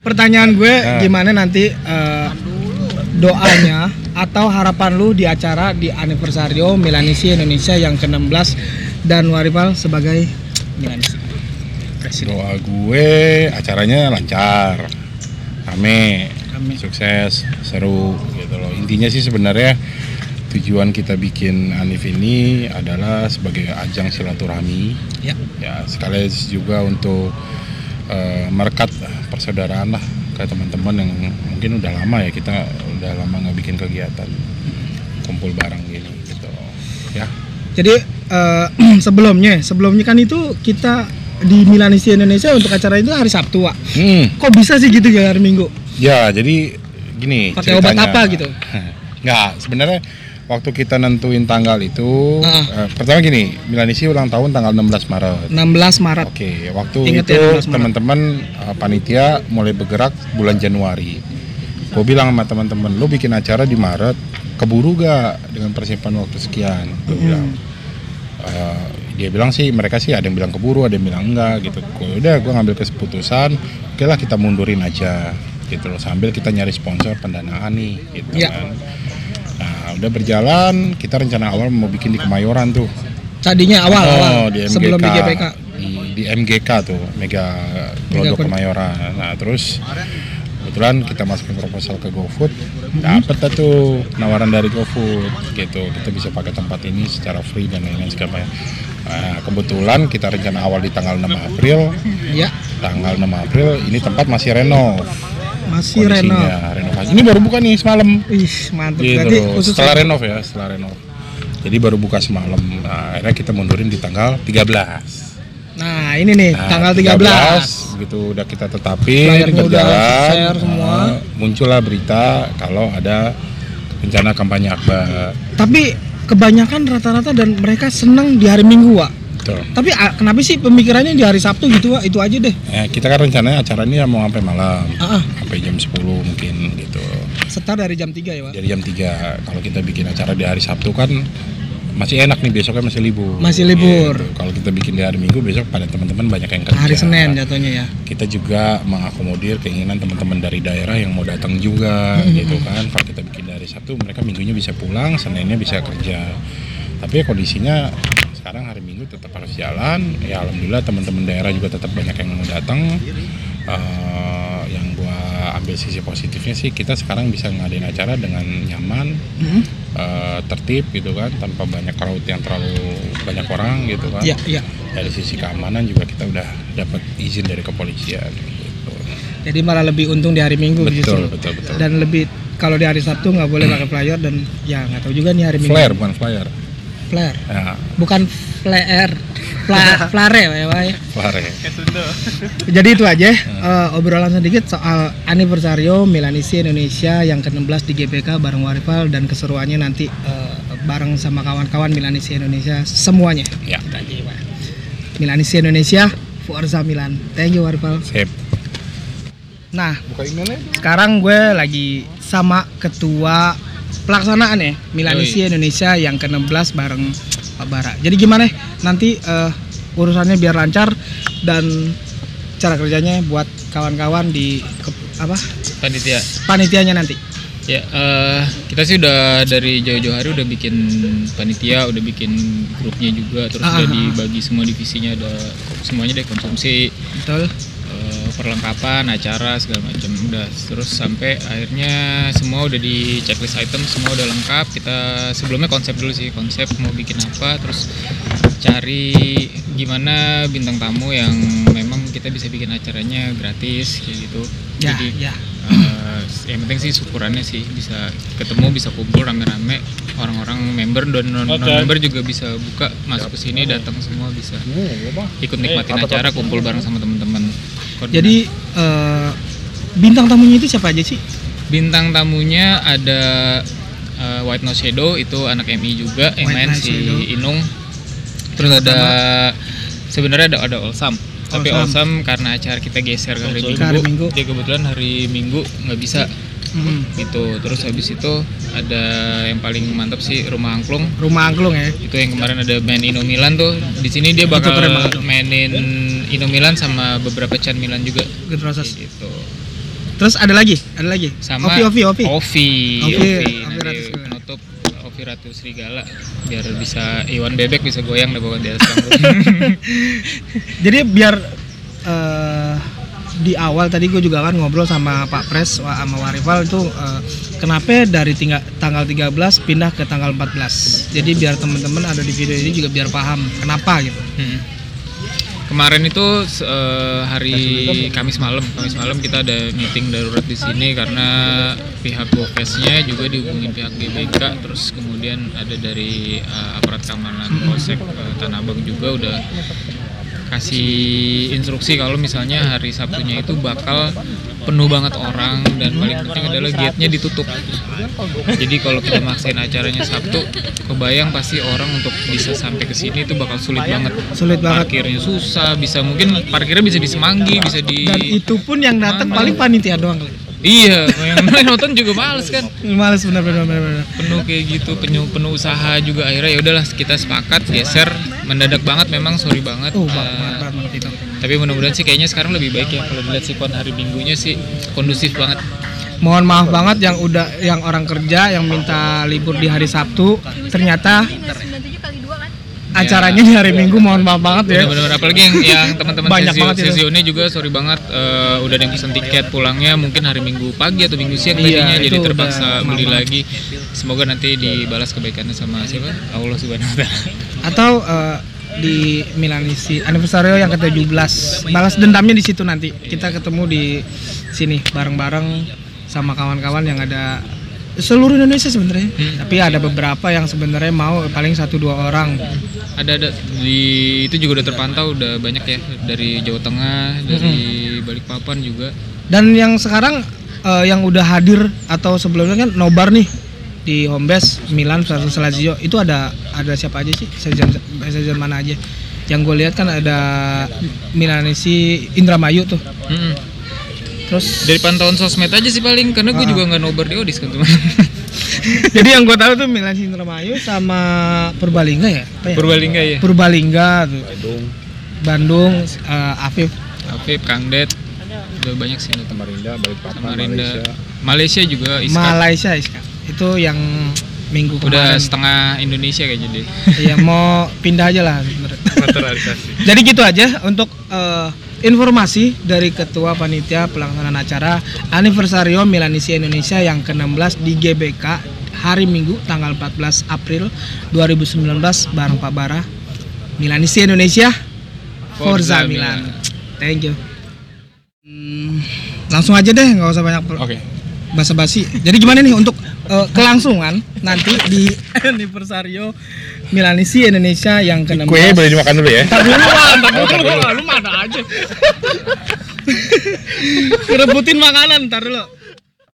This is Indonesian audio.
Pertanyaan gue gimana nanti doanya atau harapan lu di acara di Anniversario Milanisi Indonesia yang ke-16 dan Waripal sebagai Milanisi Presiden. Doa gue acaranya lancar, rame, sukses, seru gitu loh. Intinya sih sebenarnya tujuan kita bikin Anif ini adalah sebagai ajang silaturahmi. Ya sekaligus juga untuk merekat persaudaraan lah ke teman-teman yang mungkin udah lama ya, kita udah lama nggak bikin kegiatan kumpul bareng gini gitu ya. Jadi sebelumnya kan itu kita di Milanisi Indonesia untuk acara itu hari Sabtu, Wak. Kok bisa sih gitu ya hari Minggu? Ya jadi gini, pakai obat apa gitu? Nggak, sebenarnya waktu kita nentuin tanggal itu pertama gini, Milanisi ulang tahun tanggal 16 Maret. 16 Maret. Oke, waktu Ingat itu ya, teman-teman panitia mulai bergerak bulan Januari. Gue bilang sama teman-teman, lo bikin acara di Maret, keburu gak dengan persiapan waktu sekian? Gue bilang. Dia bilang sih, mereka sih ada yang bilang keburu, ada yang bilang enggak gitu. Gue ngambil keputusan, oke lah kita mundurin aja gitu loh, sambil kita nyari sponsor pendanaan nih gitu kan. Nah, udah berjalan, kita rencana awal mau bikin di Kemayoran tuh. Tadinya awal di MGK, sebelum di GPK. Di MGK tuh, Mega Glodok Kemayoran. Nah, terus kebetulan kita masukin proposal ke GoFood, dapet tuh penawaran dari GoFood gitu. Kita bisa pakai tempat ini secara free dan lain-lain segala macam. Nah, kebetulan kita rencana awal di tanggal 6 April. Ya. Tanggal 6 April ini tempat masih renov. Masih renovasi. Ini baru buka nih semalam. Mantap. Gitu. Berarti khusus setelah renov. Jadi baru buka semalam. Nah, akhirnya kita mundurin di tanggal 13. Nah, ini nih tanggal 13. Begitu udah kita tetapin, berjalan, muncullah berita kalau ada rencana kampanye akbar. Tapi kebanyakan rata-rata dan mereka senang di hari Minggu, Wak. Betul. Tapi kenapa sih pemikirannya di hari Sabtu gitu, Wak? Itu aja deh. Kita kan rencananya acara ini mau sampai malam, sampai jam 10 mungkin gitu. Start dari jam 3 ya, Wak? Dari jam 3. Kalau kita bikin acara di hari Sabtu kan masih enak nih, besoknya masih libur. Gitu. Kalau kita bikin di hari Minggu, besok pada teman-teman banyak yang kerja. Hari Senin jatuhnya ya. Kita juga mengakomodir keinginan teman-teman dari daerah yang mau datang juga gitu kan. Kalau kita bikin dari Sabtu, mereka Minggunya bisa pulang, Seninnya bisa kerja. Tapi ya kondisinya sekarang hari Minggu tetap harus jalan. Ya alhamdulillah teman-teman daerah juga tetap banyak yang mau datang. Yang gua ambil sisi positifnya sih, kita sekarang bisa ngadain acara dengan nyaman, tertib gitu kan, tanpa banyak crowd yang terlalu banyak orang gitu kan. Iya. Dari sisi keamanan juga kita udah dapat izin dari kepolisian gitu. Jadi malah lebih untung di hari Minggu gitu. Betul. Dan lebih kalau di hari Sabtu nggak boleh pakai flyer dan ya nggak tahu juga nih hari Minggu. Flare bukan flyer. Flare. Ya. Bukan flare. Flare ya, Pak. Flare. Jadi itu aja obrolan sedikit soal Anniversario Milanisi Indonesia yang ke-16 di GPK bareng Waripal, dan keseruannya nanti bareng sama kawan-kawan Milanisi Indonesia semuanya. Ya. Kita aja, Pak. Milanisi Indonesia, Forza Milan. Thank you, Waripal. Sip. Nah, sekarang gue lagi sama ketua pelaksanaan ya Milanisi Indonesia yang ke-16 bareng Pak Bara. Jadi gimana nanti urusannya biar lancar dan cara kerjanya buat kawan-kawan di panitianya nanti. Ya, kita sih udah dari jauh-jauh hari udah bikin panitia, udah bikin grupnya juga, terus udah dibagi semua divisinya, ada semuanya deh, konsumsi, betul, perlengkapan acara segala macam udah, terus sampai akhirnya semua udah di checklist item, semua udah lengkap. Kita sebelumnya konsep dulu sih, konsep mau bikin apa, terus cari gimana bintang tamu yang memang kita bisa bikin acaranya gratis kayak gitu. Yang penting sih syukurannya sih bisa ketemu, bisa kumpul rame-rame, orang-orang member dan non-member juga bisa buka masuk ke sini, datang semua bisa ikut nikmatin acara, kumpul bareng sama teman-teman. Jadi bintang tamunya itu siapa aja sih? Bintang tamunya ada White No Shadow, itu anak MI juga, yang main si Inung. Terus ada sebenarnya ada Olsam. Tapi Olsam karena acara kita geser ke hari Minggu, dia kebetulan hari Minggu nggak bisa gitu. Terus habis itu ada yang paling mantap sih Rumah Angklung ya. Itu yang kemarin ada main Inno Milan tuh. Di sini dia bakal mainin Inno Milan sama beberapa Chan Milan juga. Good process. Gitu. Terus ada lagi. Sama Ovi. Ovi Ratu nanti Serigala. penutup Ovi Ratu Serigala biar bisa Iwan Bebek bisa goyang deh pokoknya di atas panggung. Jadi biar di awal tadi gue juga kan ngobrol sama Pak Pres sama Warifal itu kenapa dari tanggal 13 pindah ke tanggal 14. Jadi biar teman-teman ada di video ini juga biar paham kenapa gitu. Kemarin itu hari Kamis malam kita ada meeting darurat di sini karena pihak Gofestnya juga dihubungin pihak GBK, terus kemudian ada dari aparat keamanan Polsek Tanah Abang juga udah kasih instruksi kalau misalnya hari Sabtunya itu bakal penuh banget orang dan paling penting adalah gate-nya ditutup. Jadi kalau kita maksain acaranya Sabtu, kebayang pasti orang untuk bisa sampai ke sini itu bakal sulit banget. Parkirnya susah, mungkin parkirnya bisa di Semanggi, bisa di. Dan itu pun yang datang paling panitia doang kali. Iya, yang nonton juga males kan. Males benar. Penuh kayak gitu, penuh usaha juga akhirnya ya udahlah kita sepakat geser mendadak banget memang sorry banget. Banget itu. Tapi mudah-mudahan sih kayaknya sekarang lebih baik ya kalau dilihat sikon hari Minggunya sih kondusif banget. Mohon maaf banget yang orang kerja yang minta libur di hari Sabtu ternyata acaranya di hari Minggu, mohon maaf banget ya. Benar-benar apalagi yang teman-teman sesionnya juga sorry banget udah ada yang pesan tiket pulangnya mungkin hari Minggu pagi atau Minggu siang tadinya jadi terpaksa beli lagi. Semoga nanti dibalas kebaikannya sama siapa? Allah Subhanahu wa taala. Atau di Milanisi Anniversario yang ke-17 balas dendamnya di situ nanti. Kita ketemu di sini bareng-bareng sama kawan-kawan yang ada seluruh Indonesia sebenarnya. Tapi ada beberapa yang sebenarnya mau paling 1-2 orang. Ada itu juga udah terpantau udah banyak ya dari Jawa Tengah, dari Balikpapan juga. Dan yang sekarang yang udah hadir atau sebelumnya kan nobar nih di home base Milan versus Lazio itu ada siapa aja sih? Season mana aja? Yang gue lihat kan ada Milanisi Indramayu tuh. Terus dari pantauan sosmed aja sih paling karena gue juga nggak nobar di Odis kan teman. Jadi yang gue tahu tuh Milanisi Indramayu sama Purbalingga ya? Purbalingga ya. Purbalingga tuh. Bandung, Afif, Kang Det. Udah banyak sih Samarinda, Balikpapan, Malaysia juga Iska. Itu yang minggu udah kemarin. setengah Indonesia kayaknya deh. Iya mau pindah aja lah. naturalisasi. Jadi gitu aja untuk informasi dari Ketua Panitia Pelaksanaan Acara Anniversario Milanisi Indonesia yang ke-16 di GBK hari Minggu tanggal 14 April 2019 bareng Pak Bara. Milanisi Indonesia, Forza Milan. Thank you. Langsung aja deh, nggak usah banyak basa-basi. Jadi gimana nih untuk kelangsungan nanti di Anniversario Milanisi Indonesia yang ke-16. Kue boleh dimakan dulu ya. Entar dulu. Lu mana aja. Kerebutin makanan, entar dulu.